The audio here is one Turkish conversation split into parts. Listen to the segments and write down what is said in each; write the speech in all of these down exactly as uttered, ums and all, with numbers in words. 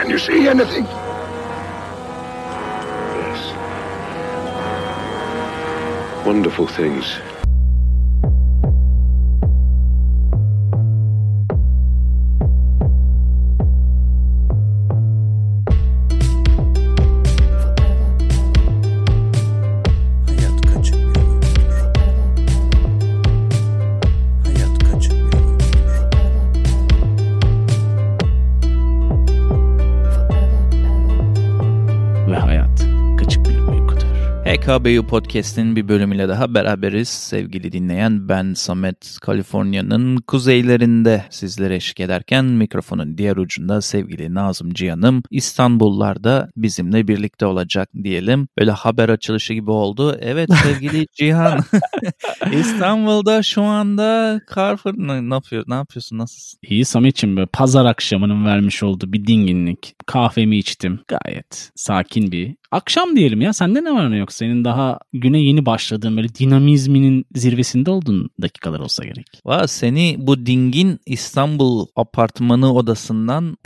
Can you see anything? Yes. Wonderful things. H K B U Podcast'in bir bölümüyle daha beraberiz. Sevgili dinleyen, ben Samet, Kaliforniya'nın kuzeylerinde sizlere eşlik ederken mikrofonun diğer ucunda sevgili Nazım Cihan'ım İstanbul'larda bizimle birlikte olacak diyelim. Böyle haber açılışı gibi oldu. Evet sevgili Cihan, İstanbul'da şu anda kar fırtına. Ne yapıyor? Ne yapıyorsun? Nasılsın? İyi Samet'ciğim, böyle pazar akşamının vermiş olduğu bir dinginlik. Kahvemi içtim. Gayet sakin bir akşam diyelim ya. Sende ne var ne yok? Senin daha güne yeni başladığın, böyle dinamizminin zirvesinde olduğun dakikalar olsa gerek. Vay, seni bu dingin İstanbul apartmanı odasından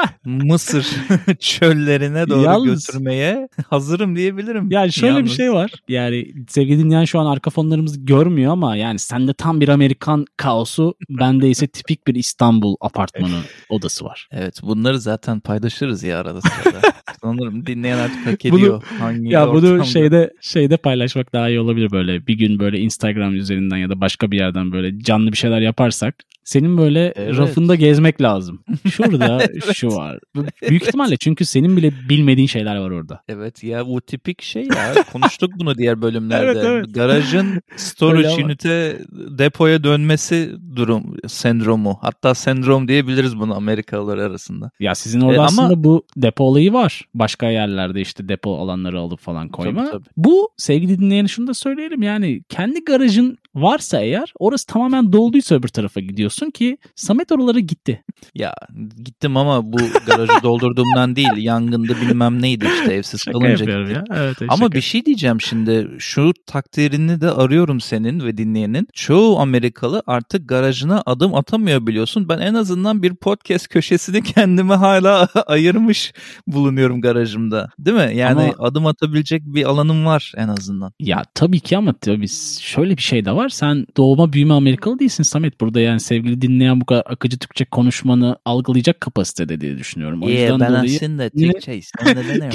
Mısır çöllerine doğru Yalnız, götürmeye hazırım diyebilirim. Yani şöyle Yalnız. bir şey var. Yani sevgili dinleyen şu an arka fonlarımızı görmüyor ama yani sende tam bir Amerikan kaosu, bende ise tipik bir İstanbul apartmanı odası var. Evet, bunları zaten paylaşırız ya arada sırada. Sanırım dinleyen artık hak ediyor. Bunu, Hangi ya ortamda? Bunu şeyde şeyde paylaşmak daha iyi olabilir böyle. Bir gün böyle Instagram üzerinden ya da başka bir yerden böyle canlı bir şeyler yaparsak senin böyle evet. rafında gezmek lazım. Şurada evet. şu var. Büyük ihtimalle çünkü senin bile bilmediğin şeyler var orada. Evet ya, bu tipik şey ya. Konuştuk bunu diğer bölümlerde. Evet, evet. Garajın storage unit'e, depoya dönmesi durum sendromu. Hatta sendrom diyebiliriz bunu Amerikalılar arasında. Ya sizin orada e, aslında ama... bu depo olayı var. Başka yerlerde işte depo alanları alıp falan koyma. Tabii, tabii. Bu sevgili dinleyene şunu da söyleyelim, yani kendi garajın varsa eğer, orası tamamen dolduysa öbür tarafa gidiyorsun ki Samet oralara gitti. Ya gittim ama bu garajı doldurduğumdan değil, yangında bilmem neydi işte, evsiz kalınca gittim. Ya. Evet, ama şaka. Bir şey diyeceğim şimdi, şu takdirini de arıyorum senin ve dinleyenin. Çoğu Amerikalı artık garajına adım atamıyor biliyorsun. Ben en azından bir podcast köşesini kendime hala ayırmış bulunuyorum garajımda. Değil mi? Yani ama, adım atabilecek bir alanım var en azından. Ya tabii ki, ama tabii şöyle bir şey de var. Sen doğma büyüme Amerikalı değilsin Samet. Burada yani sevgili dinleyen bu kadar akıcı Türkçe konuşmanı algılayacak kapasitede diye düşünüyorum. O yeah, yüzden ben dolayı aslında Türkçe kendini,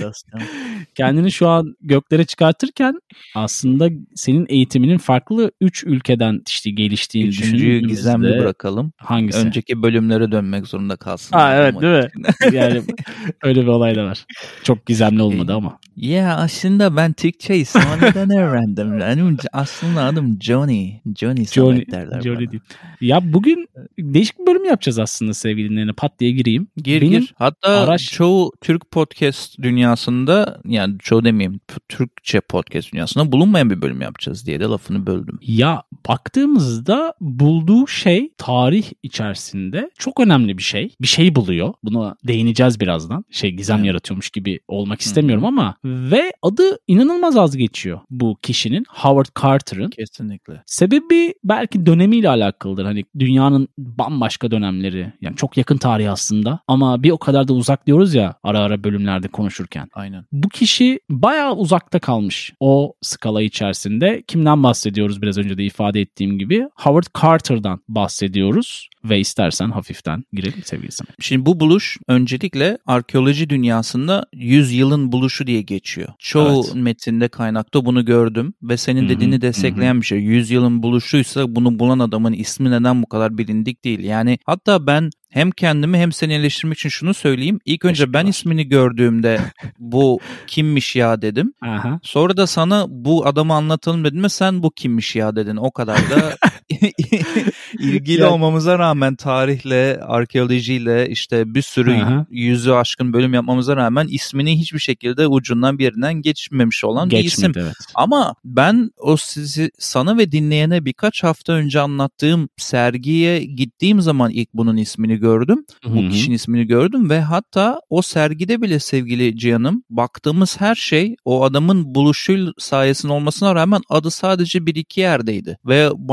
kendini şu an göklere çıkartırken aslında senin eğitiminin farklı üç ülkeden işte geliştiğini düşündüğümüzde. Üçüncüyü gizemli bırakalım. Hangisi? Önceki bölümlere dönmek zorunda kalsın. Aa, evet değil mi? Yani öyle bir olay da var. Çok gizemli olmadı ama. Ya yeah, aslında ben Türkçeyi sonradan öğrendim. Benim aslında adım Johnny. Johnny Samet derler Johnny bana. Değil. Ya bugün değişik bir bölüm yapacağız aslında sevgili dinleyenler. Pat diye gireyim. Gir Benim gir. Hatta araç... çoğu Türk podcast dünyasında, yani çoğu demeyeyim, Türkçe podcast dünyasında bulunmayan bir bölüm yapacağız diye de lafını böldüm. Ya baktığımızda bulduğu şey tarih içerisinde çok önemli bir şey. Bir şey buluyor. Buna değineceğiz birazdan. Şey gizem evet. yaratıyormuş gibi olmak istemiyorum Hı-hı. ama ve adı inanılmaz az geçiyor bu kişinin, Howard Carter'ın. Kesinlikle. Sebebi belki dönemiyle alakalıdır. Hani dünyanın bambaşka dönemleri. Yani çok yakın tarih aslında ama bir o kadar da uzak diyoruz ya ara ara bölümlerde konuşurken. Aynen. Bu kişi bayağı uzakta kalmış o skala içerisinde. Kimden bahsediyoruz biraz önce de ifade ettiğim gibi? Howard Carter'dan bahsediyoruz. Ve istersen hafiften girelim sevgili Samet. Şimdi bu buluş öncelikle arkeoloji dünyasında yüz yılın buluşu diye geçiyor. Çoğu evet. metinde, kaynakta bunu gördüm ve senin Hı-hı. dediğini destekleyen Hı-hı. bir şey. yüz yılın buluşuysa bunu bulan adamın ismi neden bu kadar bilindik değil. Yani hatta ben hem kendimi hem seni eleştirmek için şunu söyleyeyim. İlk önce ben ismini gördüğümde bu kimmiş ya dedim. Aha. Sonra da sana bu adamı anlatalım dedim ve sen bu kimmiş ya dedin. O kadar da ilgili yani, olmamıza rağmen tarihle, arkeolojiyle işte bir sürü Aha. yüzü aşkın bölüm yapmamıza rağmen ismini hiçbir şekilde ucundan bir yerinden geçmemiş olan Geçmedi, bir isim. Evet. Ama ben o sizi sana ve dinleyene birkaç hafta önce anlattığım sergiye gittiğim zaman ilk bunun ismini gördüm. Bu Hı-hı. kişinin ismini gördüm ve hatta o sergide bile sevgili Cihan'ım baktığımız her şey o adamın buluşu sayesinde olmasına rağmen adı sadece bir iki yerdeydi. Ve bana çok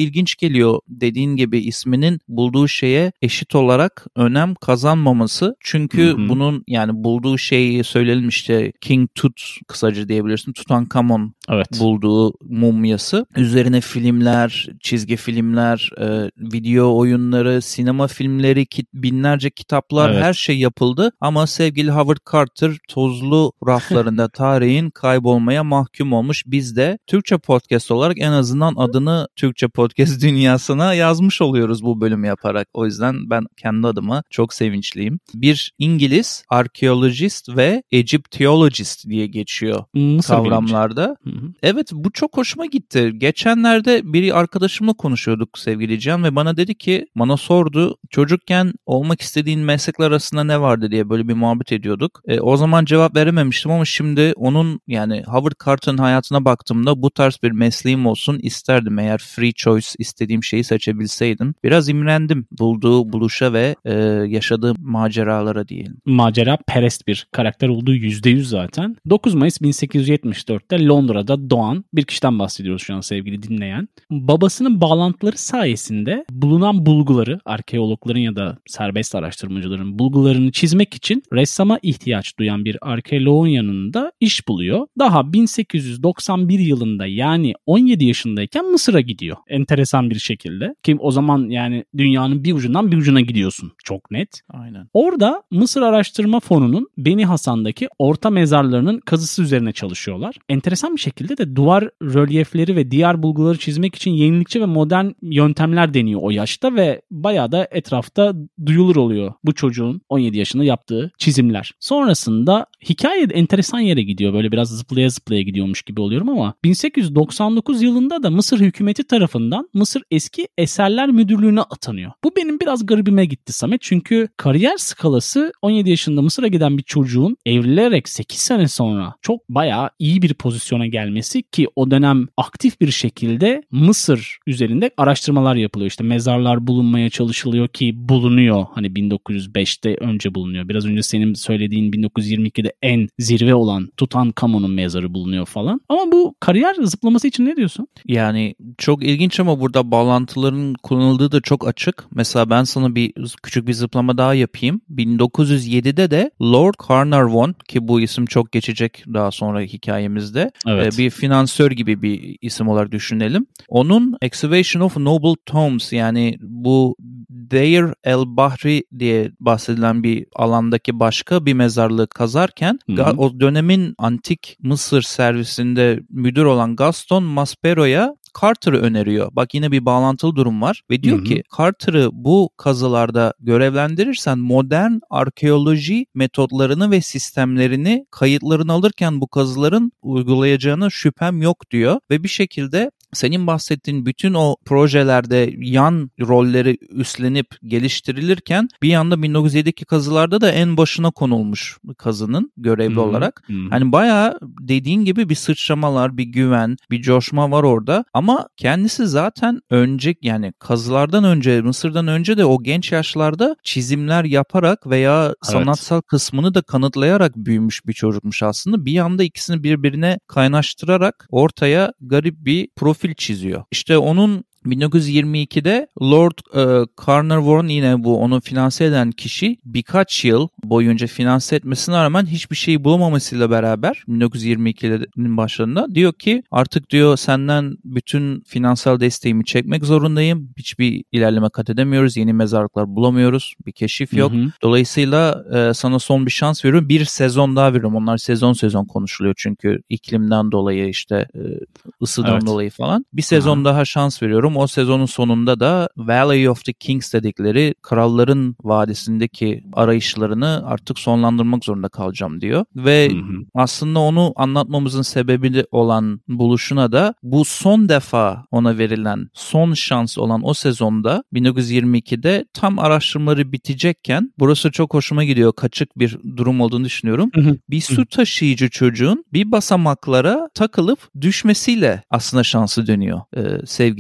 ilginç geliyor. Dediğin gibi isminin bulduğu şeye eşit olarak önem kazanmaması. Çünkü hı hı. bunun yani bulduğu şeyi söyleyelim işte King Tut kısaca diyebilirsin. Tutankamon evet. bulduğu mumyası. Üzerine filmler, çizgi filmler, e, video oyunları, sinema filmleri, kit, binlerce kitaplar evet. her şey yapıldı. Ama sevgili Howard Carter tozlu raflarında tarihin kaybolmaya mahkum olmuş. Biz de Türkçe Podcast olarak en azından adını Türkçe Podcast dünyasına yazmış oluyoruz bu bölümü yaparak. O yüzden ben kendi adıma çok sevinçliyim. Bir İngiliz arkeolojist ve Egyptologist diye geçiyor Mısır kavramlarda. Evet, bu çok hoşuma gitti. Geçenlerde bir arkadaşımla konuşuyorduk sevgili Can ve bana dedi ki, bana sordu çocukken olmak istediğin meslekler arasında ne vardı diye böyle bir muhabbet ediyorduk. E, o zaman cevap verememiştim ama şimdi onun yani Howard Carter'ın hayatına baktığımda bu tarz bir mesleğim olsun isterdim eğer free choice istediğim şeyi seçebilseydim. Biraz imrendim bulduğu buluşa ve e, yaşadığı maceralara diyelim. Macera perest bir karakter olduğu yüzde yüz zaten. dokuz Mayıs bin sekiz yüz yetmiş dörtte Londra'da doğan bir kişiden bahsediyoruz şu an sevgili dinleyen. Babasının bağlantıları sayesinde bulunan bulguları, arkeologların ya da serbest araştırmacıların bulgularını çizmek için ressama ihtiyaç duyan bir arkeoloğun yanında iş buluyor. Daha bin sekiz yüz doksan bir yılında yani on yedi yaşındayken Mısır'a gidiyor. Enteresan bir şekilde. Ki o zaman yani dünyanın bir ucundan bir ucuna gidiyorsun. Çok net. Aynen. Orada Mısır Araştırma Fonu'nun Beni Hasan'daki orta mezarlarının kazısı üzerine çalışıyorlar. Enteresan bir şekilde de duvar rölyefleri ve diğer bulguları çizmek için yenilikçi ve modern yöntemler deniyor o yaşta ve bayağı da etrafta duyulur oluyor bu çocuğun on yedi yaşında yaptığı çizimler. Sonrasında hikaye enteresan yere gidiyor. Böyle biraz zıplaya zıplaya gidiyormuş gibi oluyorum ama bin sekiz yüz doksan dokuz yılında da Mısır hükümeti tarafından Mısır Eski Eserler Müdürlüğü'ne atanıyor. Bu benim biraz garibime gitti Samet. Çünkü kariyer skalası on yedi yaşında Mısır'a giden bir çocuğun evlenerek sekiz sene sonra çok bayağı iyi bir pozisyona gelmesi ki o dönem aktif bir şekilde Mısır üzerinde araştırmalar yapılıyor. İşte mezarlar bulunmaya çalışılıyor ki bulunuyor. Hani bin dokuz yüz beşte önce bulunuyor. Biraz önce senin söylediğin bin dokuz yüz yirmi ikide en zirve olan Tutankamon'un mezarı bulunuyor falan. Ama bu kariyer zıplaması için ne diyorsun? Yani çok ilginç ama burada bağlantıların kullanıldığı da çok açık. Mesela ben sana bir küçük bir zıplama daha yapayım. bin dokuz yüz yedide de Lord Carnarvon ki bu isim çok geçecek daha sonra hikayemizde. Evet. Bir finansör gibi bir isim olarak düşünelim. Onun Excavation of Noble Tombs yani bu Deir el-Bahri diye bahsedilen bir alandaki başka bir mezarlığı kazarken Ga- o dönemin antik Mısır servisinde müdür olan Gaston Maspero'ya Carter'ı öneriyor. Bak yine bir bağlantılı durum var ve diyor hı hı. ki Carter'ı bu kazılarda görevlendirirsen modern arkeoloji metotlarını ve sistemlerini kayıtlarını alırken bu kazıların uygulayacağına şüphem yok diyor ve bir şekilde senin bahsettiğin bütün o projelerde yan rolleri üstlenip geliştirilirken bir yanda bin dokuz yüz yedideki kazılarda da en başına konulmuş kazının görevli hmm. olarak. Hmm. Hani bayağı dediğin gibi bir sıçramalar, bir güven, bir coşma var orada ama kendisi zaten önce yani kazılardan önce, Mısır'dan önce de o genç yaşlarda çizimler yaparak veya evet. sanatsal kısmını da kanıtlayarak büyümüş bir çocukmuş aslında. Bir yanda ikisini birbirine kaynaştırarak ortaya garip bir profil çiziyor. İşte onun bin dokuz yüz yirmi ikide Lord e, Carnarvon yine bu onu finanse eden kişi birkaç yıl boyunca finanse etmesine rağmen hiçbir şey bulamamasıyla beraber bin dokuz yüz yirmi ikinin başlarında diyor ki artık diyor senden bütün finansal desteğimi çekmek zorundayım. Hiçbir ilerleme kat edemiyoruz. Yeni mezarlıklar bulamıyoruz. Bir keşif yok. Hı hı. Dolayısıyla e, sana son bir şans veriyorum. Bir sezon daha veriyorum. Onlar sezon sezon konuşuluyor çünkü iklimden dolayı işte e, ısıdan evet. dolayı falan. Bir sezon Aha. daha şans veriyorum. O sezonun sonunda da Valley of the Kings dedikleri Kralların Vadisi'ndeki arayışlarını artık sonlandırmak zorunda kalacağım diyor. Ve hı hı. aslında onu anlatmamızın sebebi de olan buluşuna da bu son defa ona verilen son şans olan o sezonda bin dokuz yüz yirmi ikide tam araştırmaları bitecekken burası çok hoşuma gidiyor. Kaçık bir durum olduğunu düşünüyorum. Hı hı. Bir su taşıyıcı çocuğun bir basamaklara takılıp düşmesiyle aslında şansı dönüyor ee, sevgili Howard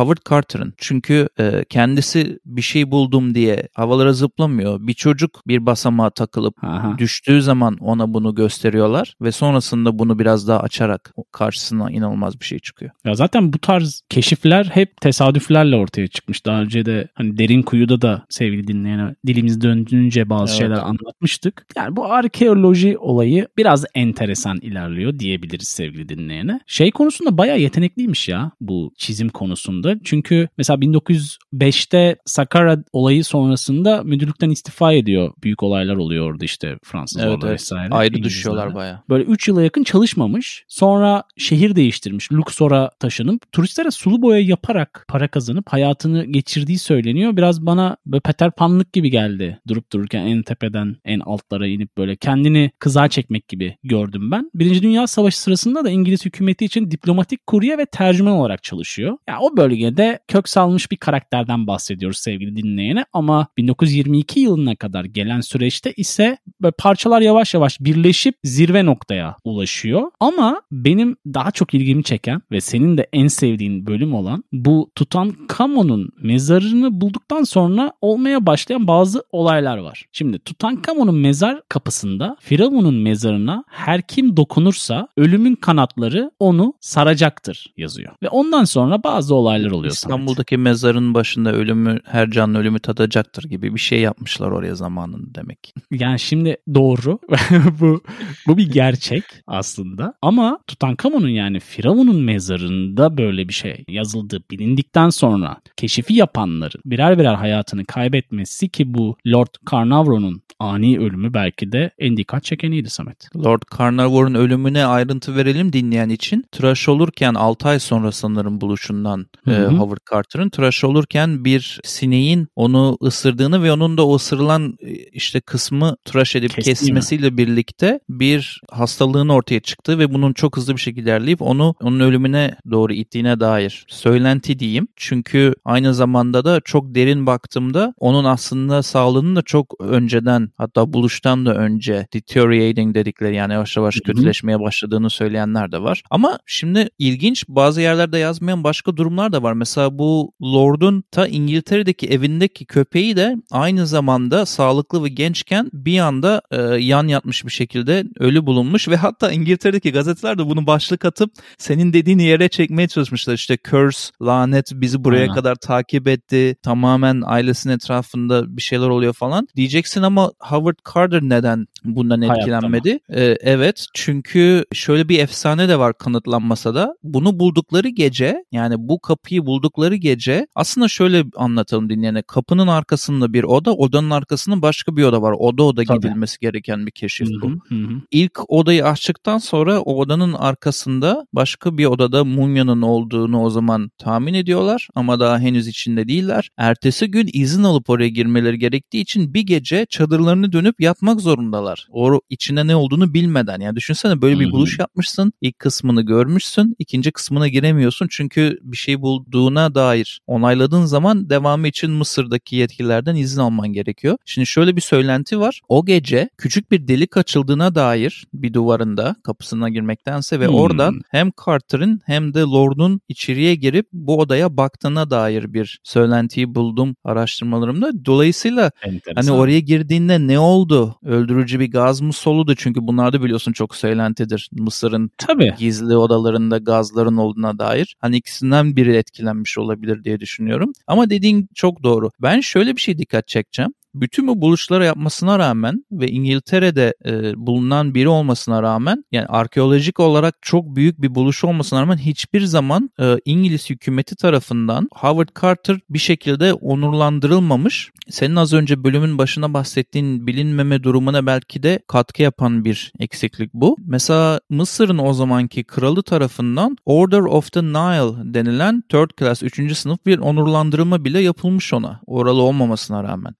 Howard Carter'ın. Çünkü e, kendisi bir şey buldum diye havalara zıplamıyor. Bir çocuk bir basamağa takılıp Aha. düştüğü zaman ona bunu gösteriyorlar ve sonrasında bunu biraz daha açarak karşısına inanılmaz bir şey çıkıyor. Ya zaten bu tarz keşifler hep tesadüflerle ortaya çıkmış. Daha önce de hani Derin Kuyu'da da sevgili dinleyene dilimiz döndüğünce bazı evet. şeyler anlatmıştık. Yani bu arkeoloji olayı biraz enteresan ilerliyor diyebiliriz sevgili dinleyene. Şey konusunda bayağı yetenekliymiş ya bu çizim konusunda. Çünkü mesela bin dokuz yüz beşte Saqqara olayı sonrasında müdürlükten istifa ediyor. Büyük olaylar oluyor orada işte Fransızlarla evet, evet. vesaire. Ayrı düşüyorlar bayağı. Böyle üç yıla yakın çalışmamış. Sonra şehir değiştirmiş. Luxor'a taşınıp turistlere sulu boya yaparak para kazanıp hayatını geçirdiği söyleniyor. Biraz bana böyle Peter Pan'lık gibi geldi. Durup dururken en tepeden en altlara inip böyle kendini kızağa çekmek gibi gördüm ben. Birinci Dünya Savaşı sırasında da İngiliz hükümeti için diplomatik kurye ve tercüman olarak çalışıyor. Ya yani o bölgede kök salmış bir karakterden bahsediyoruz sevgili dinleyene ama bin dokuz yüz yirmi iki yılına kadar gelen süreçte ise böyle parçalar yavaş yavaş birleşip zirve noktaya ulaşıyor. Ama benim daha çok ilgimi çeken ve senin de en sevdiğin bölüm olan bu Tutankamon'un mezarını bulduktan sonra olmaya başlayan bazı olaylar var. Şimdi Tutankamon'un mezar kapısında Firavun'un mezarına her kim dokunursa ölümün kanatları onu saracaktır yazıyor. Ve ondan sonra bazı olaylar oluyor. İstanbul'daki Samet. Mezarın başında ölümü her canlı ölümü tadacaktır gibi bir şey yapmışlar oraya zamanında demek. Yani şimdi doğru. bu bu bir gerçek aslında. Ama Tutankamon'un yani Firavun'un mezarında böyle bir şey yazıldığı bilindikten sonra keşifi yapanların birer birer hayatını kaybetmesi ki bu Lord Carnarvon'un ani ölümü belki de en dikkat çekeniydi Samet. Lord Carnarvon'un ölümüne ayrıntı verelim dinleyen için. Tıraş olurken altı ay sonra sanırım buluşundan e, Howard Carter'ın tıraş olurken bir sineğin onu ısırdığını ve onun da o ısırılan işte kısmı tıraş edip Kesti kesmesiyle mi? birlikte bir hastalığın ortaya çıktığı ve bunun çok hızlı bir şekilde ilerleyip onu onun ölümüne doğru ittiğine dair söylenti diyeyim. Çünkü aynı zamanda da çok derin baktığımda onun aslında sağlığının da çok önceden hatta buluştan da önce deteriorating dedikleri yani yavaş yavaş kötüleşmeye başladığını söyleyenler de var. Ama şimdi ilginç bazı yerlerde yazmayan başka durumlar da var. Mesela bu Lord'un ta İngiltere'deki evindeki köpeği de aynı zamanda sağlıklı ve gençken bir anda e, yan yatmış bir şekilde ölü bulunmuş ve hatta İngiltere'deki gazeteler de bunu başlık atıp senin dediğin yere çekmeye çalışmışlar. İşte curse, lanet bizi buraya Aynen. kadar takip etti. Tamamen ailesinin etrafında bir şeyler oluyor falan. Diyeceksin ama Howard Carter neden bundan etkilenmedi? Ee, evet çünkü şöyle bir efsane de var kanıtlanmasa da. Bunu buldukları gece yani bu kapıyı buldukları gece aslında şöyle anlatalım dinleyene. Kapının arkasında bir oda, odanın arkasında başka bir oda var. Oda oda Tabii. gidilmesi gereken bir keşif bu. Hı hı. İlk odayı açtıktan sonra o odanın arkasında başka bir odada mumyanın olduğunu o zaman tahmin ediyorlar ama daha henüz içinde değiller. Ertesi gün izin alıp oraya girmeleri gerektiği için bir gece çadırlarını dönüp yatmak zorundalar. O içinde ne olduğunu bilmeden. Yani düşünsene böyle bir buluş yapmışsın. İlk kısmını görmüşsün. İkinci kısmına giremiyorsun. Çünkü bir şey bulduğuna dair onayladığın zaman devamı için Mısır'daki yetkililerden izin alman gerekiyor. Şimdi şöyle bir söylenti var. O gece küçük bir delik açıldığına dair bir duvarında kapısına girmektense ve hmm. oradan hem Carter'ın hem de Lord'un içeriye girip bu odaya baktığına dair bir söylentiyi buldum araştırmalarımda. Dolayısıyla Enteresan. hani oraya girdiğinde ne oldu? Öldürücü bir gaz mı soludu? Çünkü bunlar da biliyorsun çok söylentidir. Mısır'ın Tabii. gizli odalarında gazların olduğuna dair. Hani ikisinden biri etkilenmiş olabilir diye düşünüyorum. Ama dediğin çok doğru. Ben şöyle bir şey dikkat çekeceğim. Bütün bu buluşları yapmasına rağmen ve İngiltere'de e, bulunan biri olmasına rağmen yani arkeolojik olarak çok büyük bir buluş olmasına rağmen hiçbir zaman e, İngiliz hükümeti tarafından Howard Carter bir şekilde onurlandırılmamış. Senin az önce bölümün başına bahsettiğin bilinmeme durumuna belki de katkı yapan bir eksiklik bu. Mesela Mısır'ın o zamanki kralı tarafından Order of the Nile denilen third class üçüncü sınıf bir onurlandırma bile yapılmış ona. Oralı olmamasına rağmen. Hani burada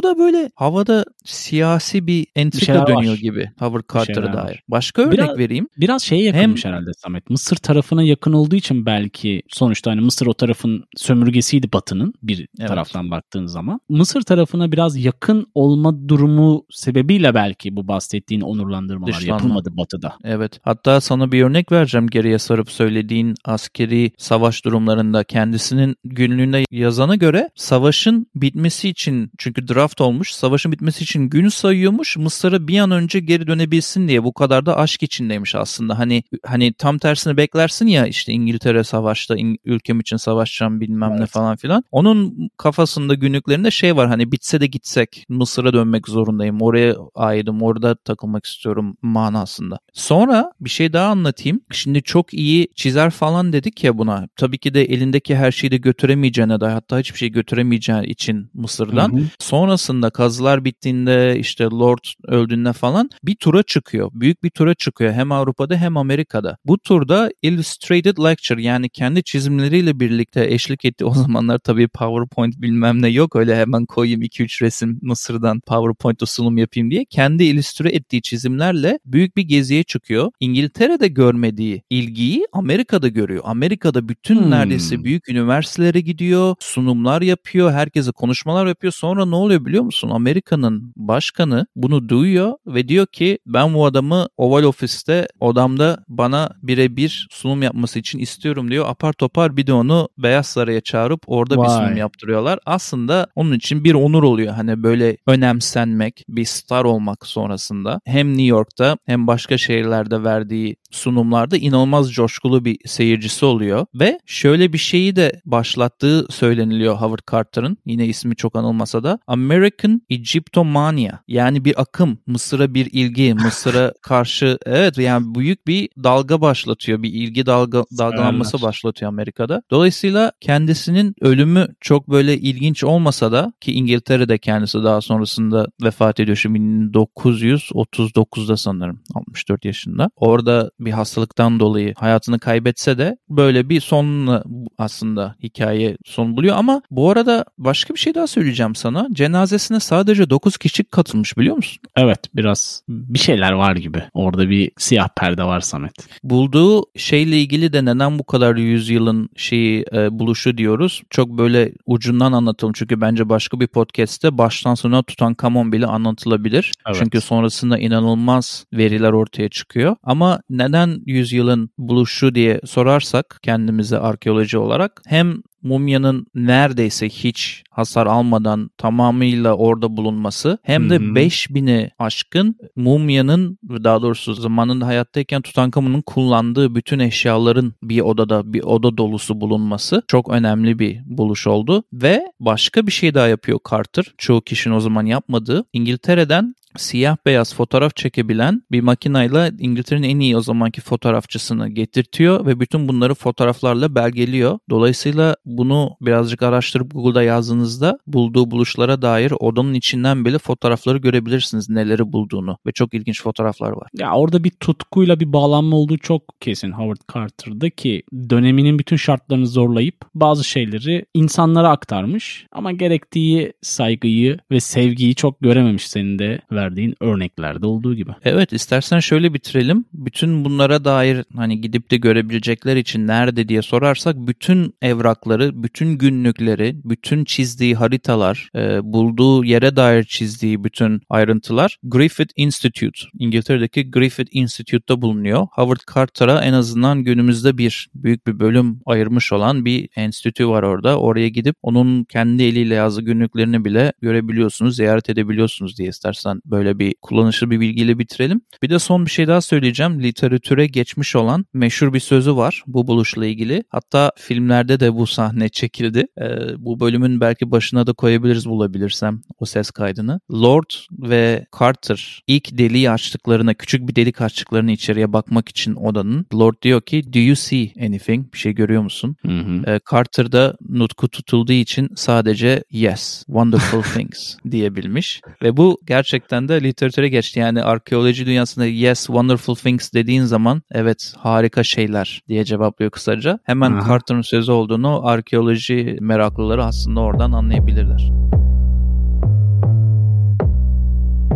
Burada böyle havada siyasi bir entrika şeyler dönüyor var. gibi Howard Carter'a şeyler dair. var. Başka örnek Biraz- vereyim. Biraz şeye yakınmış herhalde Samet. Mısır tarafına yakın olduğu için belki sonuçta hani Mısır o tarafın sömürgesiydi Batı'nın bir Evet. taraftan baktığın zaman. Mısır tarafına biraz yakın olma durumu sebebiyle belki bu bahsettiğin onurlandırmalar Dışlanma. yapılmadı Batı'da. Evet. Hatta sana bir örnek vereceğim geriye sarıp söylediğin askeri savaş durumlarında kendisinin günlüğünde yazana göre savaşın bitmesi için, çünkü draft olmuş, savaşın bitmesi için gün sayıyormuş Mısır'a bir an önce geri dönebilsin diye. Bu kadar da aşk içindeymiş aslında. Hani hani tam tersini beklersin ya, işte İngiltere savaşta İng- ülkem için savaşacağım bilmem Evet. ne falan filan. Onun kafasında günlüklerinde şey var, hani bitse de gitsek, Mısır'a dönmek zorundayım, oraya aidim, orada takılmak istiyorum manasında. Sonra bir şey daha anlatayım. Şimdi çok iyi çizer falan dedik ya buna. Tabii ki de elindeki her şeyi de götüremeyeceğine dair, hatta hiçbir şey götüremeyeceği için Mısır'dan. Hı hı. Sonrasında kazılar bittiğinde, işte Lord öldüğünde falan bir tura çıkıyor. Büyük bir tura çıkıyor hem Avrupa'da hem Amerika'da. Bu turda Illustrated Lecture, yani kendi çizimleriyle birlikte eşlik etti. O zamanlar tabii PowerPoint bilmem ne yok. Öyle hemen koyayım iki üç resim Mısır'dan PowerPoint'ta sunum yapayım diye. Kendi illüstre ettiği çizimlerle büyük bir geziye çıkıyor. İngiltere'de görmediği ilgiyi Amerika'da görüyor. Amerika'da bütün Hmm. neredeyse büyük üniversitelere gidiyor. Sunumlar yapıyor. Herkese konuşmalar yapıyor. Sonra ne oluyor biliyor musun? Amerika'nın başkanı bunu duyuyor ve diyor ki ben bu adamı Oval Office'te odamda bana birebir sunum yapması için istiyorum diyor. Apar topar bir de onu Beyaz Saray'a çağırıp orada bir Vay. sunum yaptırıyorlar. Aslında onun için bir onur oluyor. Hani böyle önemsenmek, bir star olmak sonrasında. Hem New York'ta hem başka şehirlerde verdiği sunumlarda inanılmaz coşkulu bir seyircisi oluyor. Ve şöyle bir şeyi de başlattığı söyleniliyor Howard Carter'ın. Yine ismi çok anılmasa da. American Egyptomania. Yani bir akım. Mısır'a bir ilgi. Mısır'a karşı, evet, yani büyük bir dalga başlatıyor. Bir ilgi dalga, dalgalanması Severler. başlatıyor Amerika'da. Dolayısıyla kendisinin ölümü çok böyle ilginç olmasa da, ki İngiltere'de kendisi daha sonrasında vefat ediyor. Şimdi bin dokuz yüz otuz dokuzda sanırım. altmış dört yaşında. Orada bir hastalıktan dolayı hayatını kaybetse de böyle bir sonla aslında hikaye son buluyor. Ama bu arada başka bir şey daha söyleyeceğim sana. Cenazesine sadece dokuz kişi katılmış, biliyor musun? Evet, biraz bir şeyler var gibi. Orada bir siyah perde var Samet. Bulduğu şeyle ilgili de neden bu kadar yüzyılın şeyi e, buluşu diyoruz. Çok böyle ucundan anlatalım. Çünkü bence başka bir podcast'te baştan sona Tutankamon bile anlatılabilir. Evet. Çünkü sonrasında inanılmaz veriler ortaya çıkıyor. Ama neden yüzyılın buluşu diye sorarsak kendimize arkeoloji olarak, hem mumyanın neredeyse hiç hasar almadan tamamıyla orada bulunması, hem de Hı hı. beş bini aşkın mumyanın, daha doğrusu zamanında hayattayken Tutankamon'un kullandığı bütün eşyaların bir odada, bir oda dolusu bulunması çok önemli bir buluş oldu. Ve başka bir şey daha yapıyor Carter, çoğu kişinin o zaman yapmadığı. İngiltere'den siyah beyaz fotoğraf çekebilen bir makinayla İngiltere'nin en iyi o zamanki fotoğrafçısını getirtiyor ve bütün bunları fotoğraflarla belgeliyor. Dolayısıyla bunu birazcık araştırıp Google'da yazdığınızda bulduğu buluşlara dair odanın içinden bile fotoğrafları görebilirsiniz, neleri bulduğunu, ve çok ilginç fotoğraflar var. Ya orada bir tutkuyla bir bağlanma olduğu çok kesin Howard Carter'da, ki döneminin bütün şartlarını zorlayıp bazı şeyleri insanlara aktarmış ama gerektiği saygıyı ve sevgiyi çok görememiş, senin de verdiğin örneklerde olduğu gibi. Evet, istersen şöyle bitirelim. Bütün bunlara dair hani gidip de görebilecekler için nerede diye sorarsak, bütün evrakları, bütün günlükleri, bütün çizdiği haritalar, e, bulduğu yere dair çizdiği bütün ayrıntılar Griffith Institute, İngiltere'deki Griffith Institute'da bulunuyor. Howard Carter'a en azından günümüzde bir büyük bir bölüm ayırmış olan bir enstitü var orada. Oraya gidip onun kendi eliyle yazdığı günlüklerini bile görebiliyorsunuz, ziyaret edebiliyorsunuz diye istersen böyle bir kullanışlı bir bilgiyle bitirelim. Bir de son bir şey daha söyleyeceğim. Literatüre geçmiş olan meşhur bir sözü var bu buluşla ilgili. Hatta filmlerde de bu sahne çekildi. Ee, bu bölümün belki başına da koyabiliriz bulabilirsem o ses kaydını. Lord ve Carter ilk deliği açtıklarına, küçük bir delik açtıklarını içeriye bakmak için odanın, Lord diyor ki "Do you see anything?" Bir şey görüyor musun? Hı hı. Ee, Carter'da nutku tutulduğu için sadece "Yes, wonderful things" diyebilmiş. Ve bu gerçekten de literatüre geçti. Yani arkeoloji dünyasında "Yes, wonderful things" dediğin zaman evet, harika şeyler diye cevaplıyor kısaca. Hemen Aha. Carter'ın sözü olduğunu arkeoloji meraklıları aslında oradan anlayabilirler.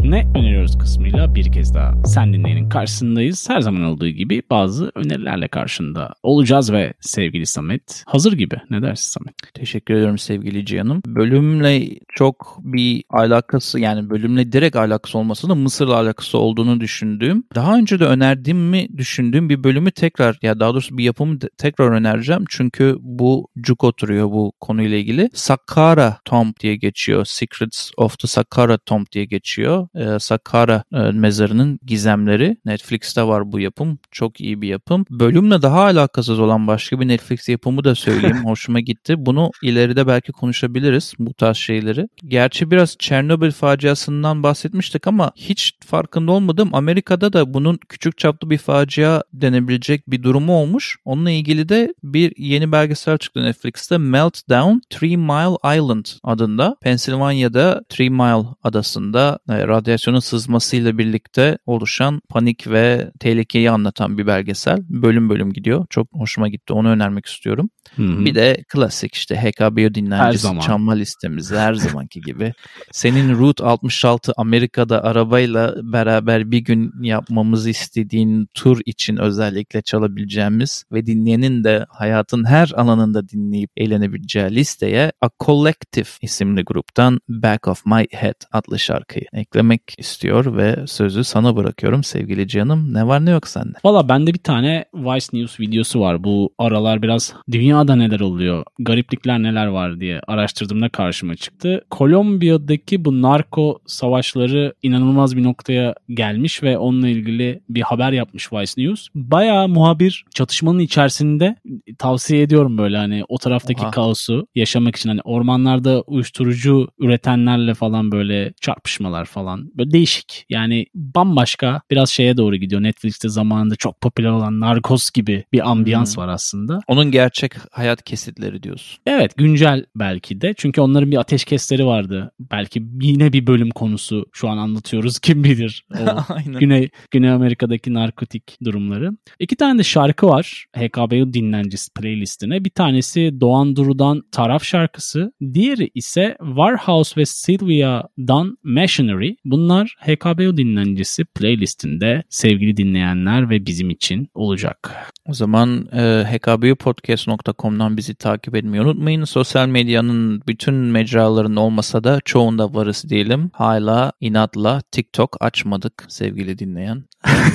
Ne öneriyoruz kısmıyla bir kez daha sen dinleyenin karşısındayız. Her zaman olduğu gibi bazı önerilerle karşında olacağız ve sevgili Samet hazır gibi. Ne dersin Samet? Teşekkür ediyorum sevgili Cihan'ım. Bölümle çok bir alakası, yani bölümle direkt alakası olmasa da Mısır'la alakası olduğunu düşündüğüm, daha önce de önerdiğimi düşündüğüm bir bölümü tekrar, ya daha doğrusu bir yapımı tekrar önereceğim. Çünkü bu cuk oturuyor bu konuyla ilgili. Saqqara Tomb diye geçiyor. Secrets of the Saqqara Tomb diye geçiyor. Ee, Saqqara e, mezarının gizemleri. Netflix'te var bu yapım. Çok iyi bir yapım. Bölümle daha alakasız olan başka bir Netflix yapımı da söyleyeyim. Hoşuma gitti. Bunu ileride belki konuşabiliriz, bu tarz şeyleri. Gerçi biraz Çernobil faciasından bahsetmiştik ama hiç farkında olmadım. Amerika'da da bunun küçük çaplı bir facia denebilecek bir durumu olmuş. Onunla ilgili de bir yeni belgesel çıktı Netflix'te. Meltdown Three Mile Island adında. Pennsylvania'da Three Mile adasında e, radyasyonun sızmasıyla birlikte oluşan panik ve tehlikeyi anlatan bir belgesel. Bölüm bölüm gidiyor. Çok hoşuma gitti. Onu önermek istiyorum. Hı-hı. Bir de klasik işte H K B O dinlencisi çalma listemizi her zamanki gibi. Senin Route altmış altı Amerika'da arabayla beraber bir gün yapmamızı istediğin tur için özellikle çalabileceğimiz ve dinleyenin de hayatın her alanında dinleyip eğlenebileceği listeye A Collective isimli gruptan Back of My Head adlı şarkıyı eklemek istiyor ve sözü sana bırakıyorum sevgili canım. Ne var ne yok sende? Valla bende bir tane Vice News videosu var. Bu aralar biraz dünyada neler oluyor, gariplikler neler var diye araştırdığımda karşıma çıktı. Kolombiya'daki bu narko savaşları inanılmaz bir noktaya gelmiş ve onunla ilgili bir haber yapmış Vice News. Bayağı muhabir çatışmanın içerisinde, tavsiye ediyorum böyle hani o taraftaki Oha. kaosu yaşamak için, hani ormanlarda uyuşturucu üretenlerle falan böyle çarpışmalar falan. Böyle değişik. Yani bambaşka, biraz şeye doğru gidiyor. Netflix'te zamanında çok popüler olan Narcos gibi bir ambiyans hmm. var aslında. Onun gerçek hayat kesitleri diyorsun. Evet, güncel belki de. Çünkü onların bir ateşkesleri vardı. Belki yine bir bölüm konusu şu an anlatıyoruz. Kim bilir. Aynen. Güney, Güney Amerika'daki narkotik durumları. İki tane de şarkı var H K B O dinlencisi playlistine. Bir tanesi Doğan Duru'dan Taraf şarkısı. Diğeri ise Warhouse ve Sylvia'dan Machinery. Bunlar H K B O dinlencisi playlistinde sevgili dinleyenler ve bizim için olacak. O zaman e, h k b o podcast nokta com'dan bizi takip etmeyi unutmayın. Sosyal medyanın bütün mecralarının olmasa da çoğunda varız diyelim. Hala inatla TikTok açmadık sevgili dinleyen.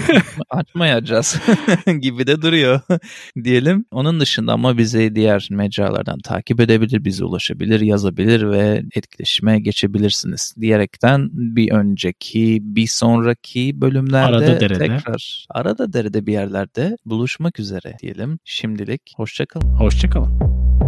Açmayacağız gibi de duruyor diyelim. Onun dışında ama bizi diğer mecralardan takip edebilir, bize ulaşabilir, yazabilir ve etkileşime geçebilirsiniz diyerekten bir önceki, bir sonraki bölümlerde arada derede. tekrar arada derede bir yerlerde buluşmak üzere diyelim. Şimdilik hoşça kalın. Hoşça kalın.